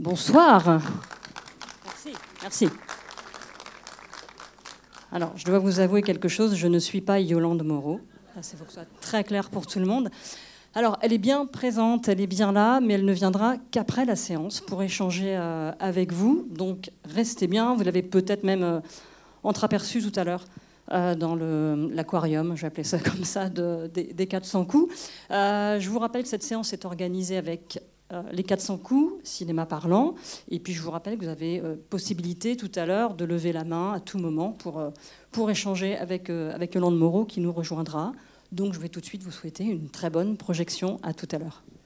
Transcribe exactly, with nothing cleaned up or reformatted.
Bonsoir. Merci, merci. Alors, je dois vous avouer quelque chose, je ne suis pas Yolande Moreau. Il faut que ce soit très clair pour tout le monde. Alors, elle est bien présente, elle est bien là, mais elle ne viendra qu'après la séance pour échanger euh, avec vous. Donc, restez bien. Vous l'avez peut-être même euh, entreaperçu tout à l'heure euh, dans le, l'aquarium, je vais appeler ça comme ça, de, des, des quatre cents coups. Euh, je vous rappelle que cette séance est organisée avec euh, les quatre cents coups, cinéma parlant. Et puis, je vous rappelle que vous avez euh, possibilité tout à l'heure de lever la main à tout moment pour, euh, pour échanger avec, euh, avec Yolande Moreau qui nous rejoindra. Donc, je vais tout de suite vous souhaiter une très bonne projection. À tout à l'heure.